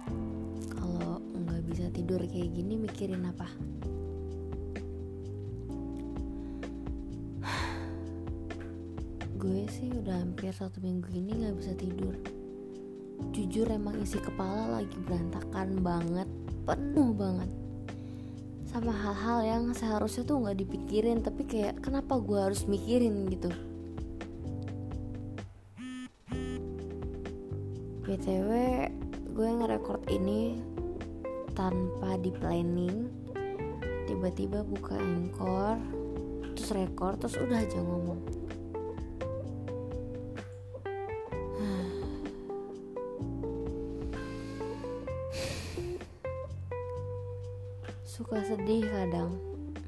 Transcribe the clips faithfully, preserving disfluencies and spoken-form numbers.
Kalau nggak bisa tidur kayak gini mikirin apa? Gue sih udah hampir satu minggu ini nggak bisa tidur. Jujur emang isi kepala lagi berantakan banget, penuh banget sama hal-hal yang seharusnya tuh nggak dipikirin, tapi kayak kenapa gue harus mikirin gitu. B T W gue ngerekord ini tanpa di planning, tiba-tiba buka Anchor, terus record, terus udah aja ngomong. Suka sedih kadang.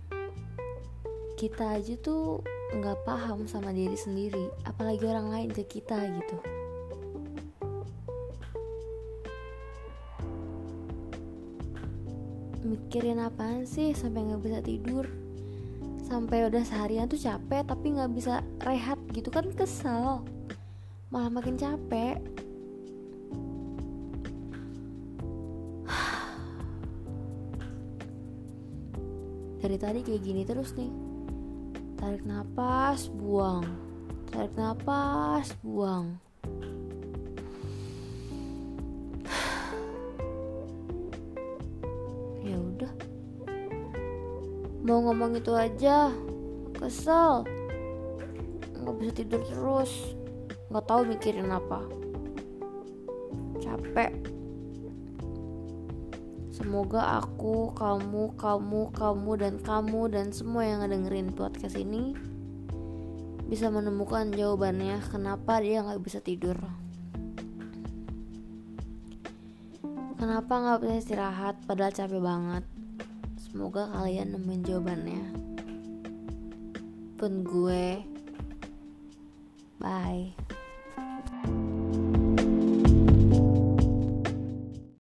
Kita aja tuh nggak paham sama diri sendiri, apalagi orang lain ke kita gitu. Mikirin apaan sih sampai nggak bisa tidur? Sampai udah seharian tuh capek tapi nggak bisa rehat gitu kan, kesel. Malah makin capek. Dari tadi kayak gini terus nih. Tarik napas, buang. Tarik napas, buang. Ya udah. Mau ngomong itu aja. Kesel. Nggak bisa tidur terus. Nggak tahu mikirin apa. Capek. Semoga aku, kamu, kamu, kamu, dan kamu, dan semua yang ngedengerin podcast ini bisa menemukan jawabannya kenapa dia gak bisa tidur. Kenapa gak bisa istirahat padahal capek banget. Semoga kalian nemuin jawabannya. Pun gue. Bye.